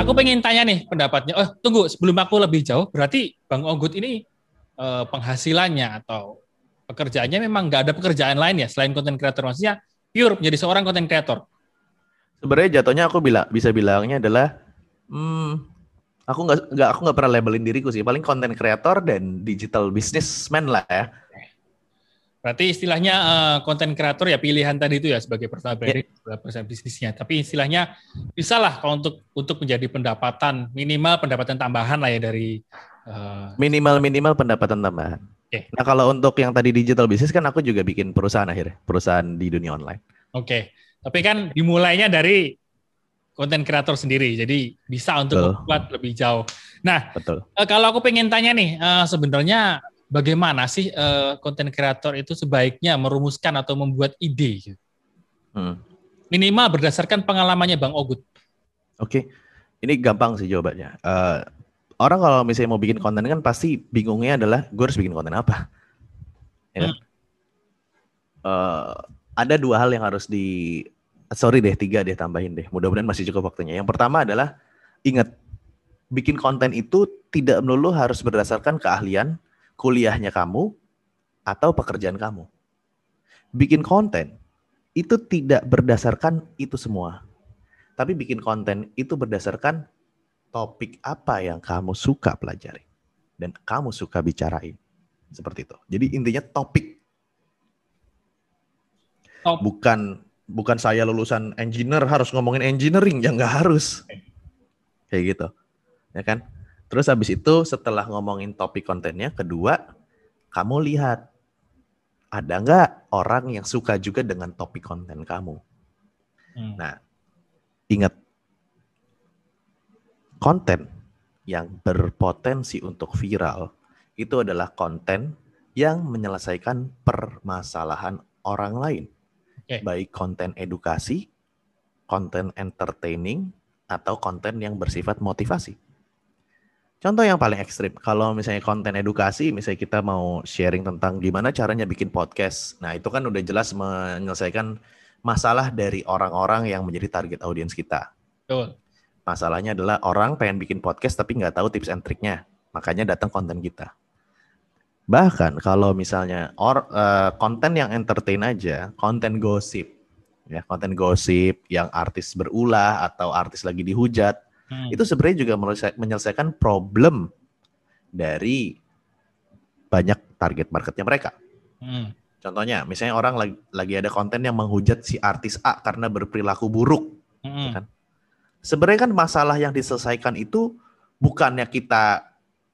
aku pengen tanya nih pendapatnya. Tunggu, sebelum aku lebih jauh, berarti Bang Ogut ini penghasilannya atau pekerjaannya memang nggak ada pekerjaan lain ya selain content creator, maksudnya pure menjadi seorang content creator. Sebenarnya jatuhnya aku bisa bilangnya adalah aku nggak pernah labelin diriku sih, paling content creator dan digital businessman lah ya. Berarti istilahnya content creator ya pilihan tadi itu ya sebagai personal branding, personal bisnisnya. Tapi istilahnya bisa lah kalau untuk menjadi minimal pendapatan tambahan lah ya dari minimal pendapatan tambahan. Okay. Nah kalau untuk yang tadi digital business kan aku juga bikin perusahaan di dunia online. Oke. Tapi kan dimulainya dari content creator sendiri, jadi bisa untuk membuat lebih jauh. Nah, kalau aku pengen tanya nih, sebenarnya bagaimana sih content creator itu sebaiknya merumuskan atau membuat ide? Minimal berdasarkan pengalamannya Bang Ogut. Oke, ini gampang sih jawabannya. Orang kalau misalnya mau bikin konten kan pasti bingungnya adalah gue harus bikin konten apa? Ya kan? Ada dua hal yang harus tiga deh tambahin deh. Mudah-mudahan masih cukup waktunya. Yang pertama adalah ingat, bikin konten itu tidak melulu harus berdasarkan keahlian kuliahnya kamu atau pekerjaan kamu. Bikin konten itu tidak berdasarkan itu semua. Tapi bikin konten itu berdasarkan topik apa yang kamu suka pelajari dan kamu suka bicarain. Seperti itu. Jadi intinya topik. Bukan saya lulusan engineer harus ngomongin engineering, ya nggak harus. Kayak gitu. Ya kan? Terus habis itu setelah ngomongin topik kontennya, kedua, kamu lihat ada nggak orang yang suka juga dengan topik konten kamu. Nah, ingat, konten yang berpotensi untuk viral itu adalah konten yang menyelesaikan permasalahan orang lain. Baik konten edukasi, konten entertaining, atau konten yang bersifat motivasi. Contoh yang paling ekstrim, kalau misalnya konten edukasi, misalnya kita mau sharing tentang gimana caranya bikin podcast. Nah, itu kan udah jelas menyelesaikan masalah dari orang-orang yang menjadi target audiens kita. Betul. Masalahnya adalah orang pengen bikin podcast tapi nggak tahu tips and triknya, makanya datang konten kita. Bahkan kalau misalnya konten yang entertain aja, konten gosip, ya konten gosip yang artis berulah atau artis lagi dihujat, itu sebenarnya juga menyelesaikan problem dari banyak target marketnya mereka. Contohnya, misalnya orang lagi ada konten yang menghujat si artis A karena berperilaku buruk, ya kan? Sebenarnya kan masalah yang diselesaikan itu bukannya kita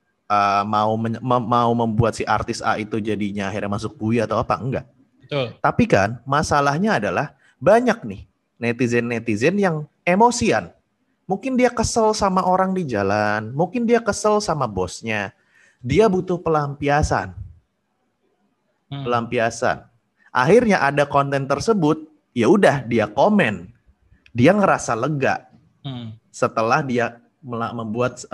mau membuat si artis A itu jadinya akhirnya masuk bui atau apa, enggak. Betul. Tapi kan masalahnya adalah banyak nih netizen yang emosian. Mungkin dia kesel sama orang di jalan, mungkin dia kesel sama bosnya. Dia butuh pelampiasan. Akhirnya ada konten tersebut, ya udah dia komen. Dia ngerasa lega. Setelah dia membuat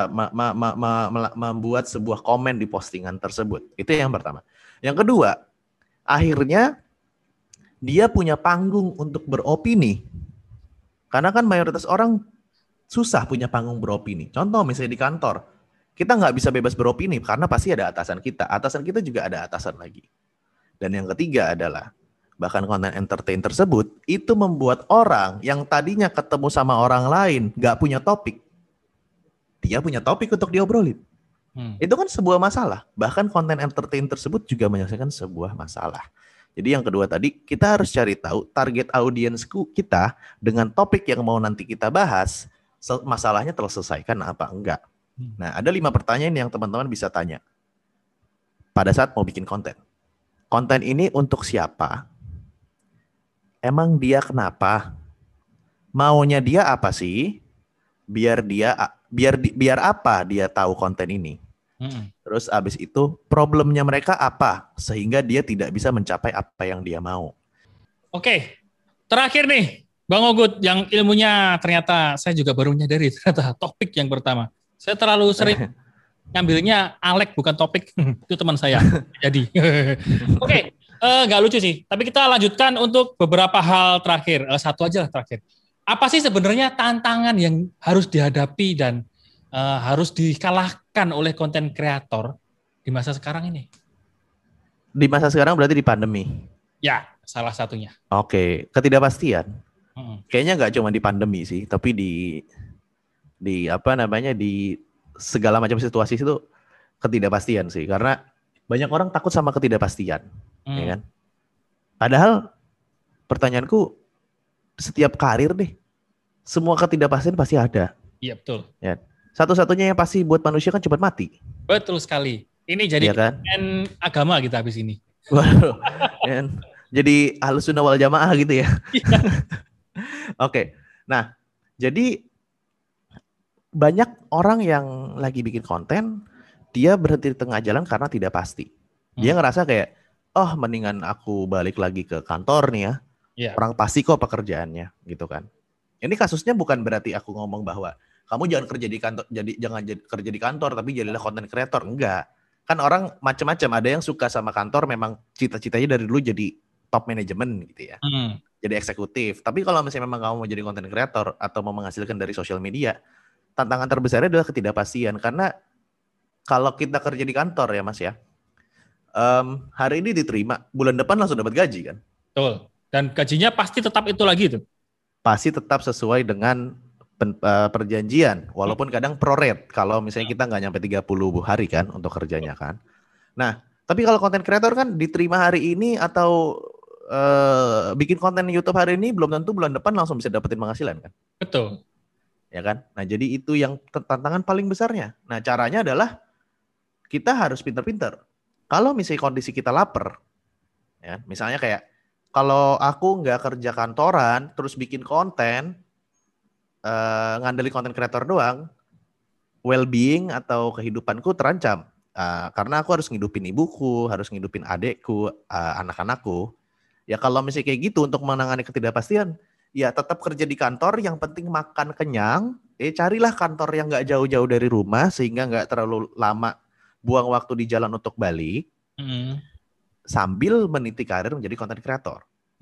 sebuah komen di postingan tersebut. Itu yang pertama. Yang kedua, akhirnya dia punya panggung untuk beropini. Karena kan mayoritas orang susah punya panggung beropini. Contoh misalnya di kantor, kita nggak bisa bebas beropini karena pasti ada atasan kita. Atasan kita juga ada atasan lagi. Dan yang ketiga adalah bahkan konten entertain tersebut itu membuat orang yang tadinya ketemu sama orang lain nggak punya topik, dia punya topik untuk diobrolin. Itu kan sebuah masalah. Bahkan konten entertain tersebut juga menyelesaikan sebuah masalah. Jadi yang kedua tadi, kita harus cari tahu target audiensku kita dengan topik yang mau nanti kita bahas, masalahnya terselesaikan apa enggak. Nah, ada 5 pertanyaan yang teman-teman bisa tanya pada saat mau bikin konten. Konten ini untuk siapa? Emang dia kenapa? Maunya dia apa sih? Biar apa dia tahu konten ini? Terus abis itu problemnya mereka apa? Sehingga dia tidak bisa mencapai apa yang dia mau. Oke, terakhir nih Bang Ogut, yang ilmunya ternyata saya juga baru menyadari ternyata topik yang pertama. Saya terlalu sering ngambilnya Alek bukan topik. Itu teman saya. Jadi Oke, nggak lucu sih. Tapi kita lanjutkan untuk beberapa hal terakhir. Satu aja lah terakhir. apa sih sebenarnya tantangan yang harus dihadapi dan harus dikalahkan oleh konten kreator di masa sekarang ini? Di masa sekarang berarti di pandemi. Ya, salah satunya. Oke, ketidakpastian. Kayaknya nggak cuma di pandemi sih, tapi di apa namanya, di segala macam situasi itu ketidakpastian sih. Karena banyak orang takut sama ketidakpastian, ya kan? Padahal pertanyaanku, setiap karir deh, semua ketidakpastian pasti ada. Iya betul. Ya. Satu-satunya yang pasti buat manusia kan cepat mati. Betul sekali. Ini jadi ya kan? Agama kita habis ini. Waduh, jadi Ahlussunnah wal Jamaah gitu ya. Oke, nah jadi banyak orang yang lagi bikin konten, dia berhenti di tengah jalan karena tidak pasti. Dia ngerasa kayak, oh mendingan aku balik lagi ke kantor nih ya. Orang pasti kok pekerjaannya gitu kan. Ini kasusnya bukan berarti aku ngomong bahwa kamu jangan kerja di kantor, jangan kerja di kantor tapi jadilah content creator. Enggak. Kan orang macam-macam, ada yang suka sama kantor, memang cita-citanya dari dulu jadi top manajemen gitu ya. Jadi eksekutif. Tapi kalau misalnya memang kamu mau jadi content creator atau mau menghasilkan dari sosial media, tantangan terbesarnya adalah ketidakpastian. Karena kalau kita kerja di kantor ya Mas ya, hari ini diterima, bulan depan langsung dapat gaji kan. Betul. Dan gajinya pasti tetap itu lagi tuh. Pasti tetap sesuai dengan perjanjian, walaupun kadang prorate kalau misalnya kita nggak nyampe 30 hari kan untuk kerjanya kan. Nah, tapi kalau konten kreator kan diterima hari ini atau bikin konten YouTube hari ini, belum tentu bulan depan langsung bisa dapetin penghasilan kan. Betul. Ya kan? Nah, jadi itu yang tantangan paling besarnya. Nah, caranya adalah kita harus pinter-pinter. Kalau misalnya kondisi kita lapar, ya, misalnya kayak kalau aku nggak kerja kantoran, terus bikin konten, ngandelin konten kreator doang, well-being atau kehidupanku terancam. Karena aku harus ngidupin ibuku, harus ngidupin adekku, anak-anakku. Ya kalau misalnya kayak gitu untuk menangani ketidakpastian, ya tetap kerja di kantor, yang penting makan kenyang. Carilah kantor yang nggak jauh-jauh dari rumah sehingga nggak terlalu lama buang waktu di jalan untuk balik. Sambil meniti karir menjadi konten kreator.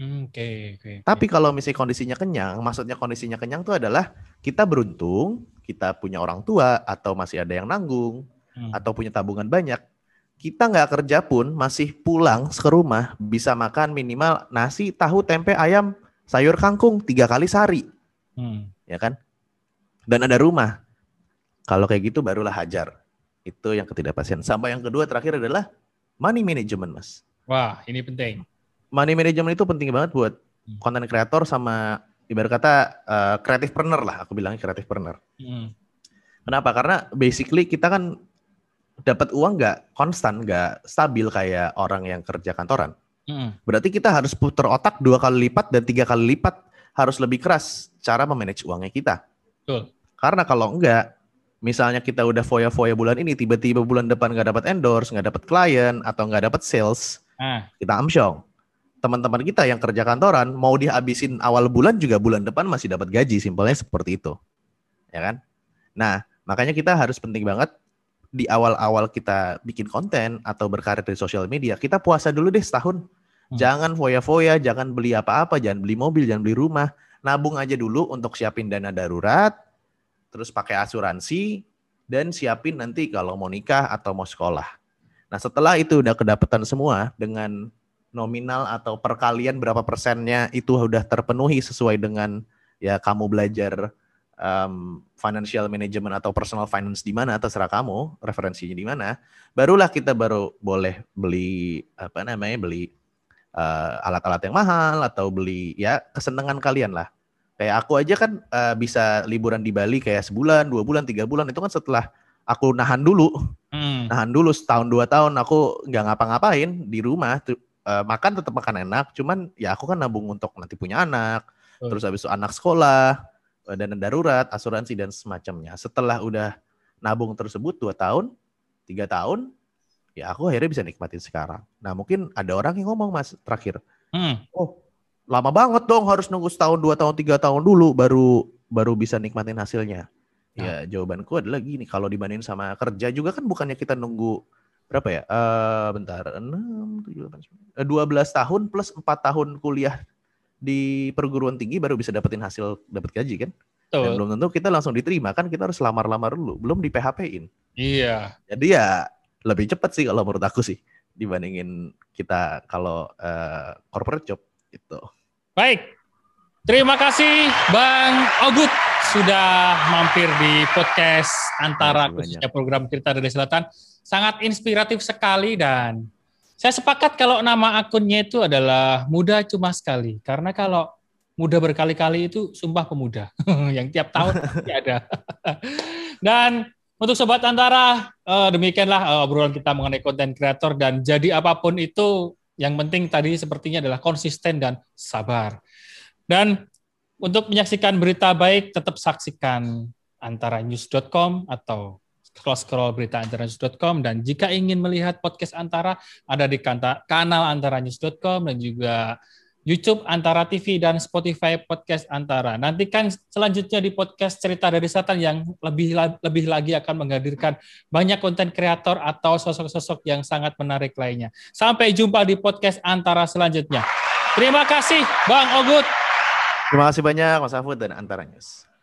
Tapi kalau misalnya kondisinya kenyang, maksudnya kondisinya kenyang itu adalah kita beruntung, kita punya orang tua atau masih ada yang nanggung, atau punya tabungan banyak. Kita nggak kerja pun masih pulang ke rumah bisa makan minimal nasi, tahu, tempe, ayam, sayur kangkung 3 kali sehari, ya kan? Dan ada rumah. Kalau kayak gitu barulah hajar. Itu yang ketidakpastian. Sampai yang kedua terakhir adalah money management, Mas. Wah, ini penting. Money management itu penting banget buat content creator sama ibarat kata creativepreneur lah, aku bilangnya creativepreneur. Kenapa? Karena basically kita kan dapat uang nggak konstan, nggak stabil kayak orang yang kerja kantoran. Berarti kita harus putar otak 2 kali lipat dan 3 kali lipat, harus lebih keras cara memanage uangnya kita. Betul. Karena kalau enggak, misalnya kita udah foya-foya bulan ini, tiba-tiba bulan depan nggak dapat endorse, nggak dapat klien, atau nggak dapat sales, kita amsyong. Teman-teman kita yang kerja kantoran mau dihabisin awal bulan juga bulan depan masih dapat gaji, simpelnya seperti itu, ya kan? Nah, makanya kita harus penting banget di awal-awal kita bikin konten atau berkarir di sosial media, kita puasa dulu deh setahun. Jangan foya-foya, jangan beli apa-apa, jangan beli mobil, jangan beli rumah, nabung aja dulu untuk siapin dana darurat, terus pakai asuransi, dan siapin nanti kalau mau nikah atau mau sekolah. Nah, setelah itu udah kedapatan semua dengan nominal atau perkalian berapa persennya itu udah terpenuhi sesuai dengan ya kamu belajar financial management atau personal finance di mana, terserah kamu referensinya di mana, barulah kita baru boleh beli beli alat-alat yang mahal atau beli ya kesenangan kalian lah. Kayak aku aja kan bisa liburan di Bali kayak sebulan, 2 bulan, 3 bulan, itu kan setelah aku nahan dulu setahun 2 tahun aku nggak ngapa-ngapain di rumah. Makan tetap makan enak, cuman ya aku kan nabung untuk nanti punya anak, terus habis itu anak sekolah, dana darurat, asuransi dan semacamnya. Setelah udah nabung tersebut 2 tahun, 3 tahun, ya aku akhirnya bisa nikmatin sekarang. Nah mungkin ada orang yang ngomong Mas terakhir, oh lama banget dong harus nunggu setahun, 2 tahun, 3 tahun dulu baru bisa nikmatin hasilnya. Ya jawabanku adalah gini, kalau dibandingin sama kerja juga kan bukannya kita nunggu berapa ya? 12 tahun plus 4 tahun kuliah di perguruan tinggi baru bisa dapat gaji kan? Betul. Dan belum tentu kita langsung diterima kan, kita harus lamar-lamar dulu, belum di PHP-in. Iya. Jadi ya lebih cepat sih kalau menurut aku sih dibandingin kita kalau corporate job gitu. Baik. Terima kasih Bang Ogut sudah mampir di podcast Antara, khususnya program Cerita dari Selatan. Sangat inspiratif sekali dan saya sepakat kalau nama akunnya itu adalah Muda Cuma Sekali. Karena kalau muda berkali-kali itu sumpah pemuda. Yang tiap tahun pasti ada. Dan untuk Sobat Antara, demikianlah obrolan kita mengenai konten kreator. Dan jadi apapun itu, yang penting tadi sepertinya adalah konsisten dan sabar. Dan untuk menyaksikan berita baik, tetap saksikan antaranews.com atau scroll berita antaranews.com. Dan jika ingin melihat podcast Antara, ada di kanal antaranews.com dan juga YouTube Antara TV dan Spotify Podcast Antara. Nantikan selanjutnya di podcast Cerita dari Selatan yang lebih lagi akan menghadirkan banyak konten kreator atau sosok-sosok yang sangat menarik lainnya. Sampai jumpa di podcast Antara selanjutnya. Terima kasih Bang Ogut. Terima kasih banyak Mas Afud dan Antara News.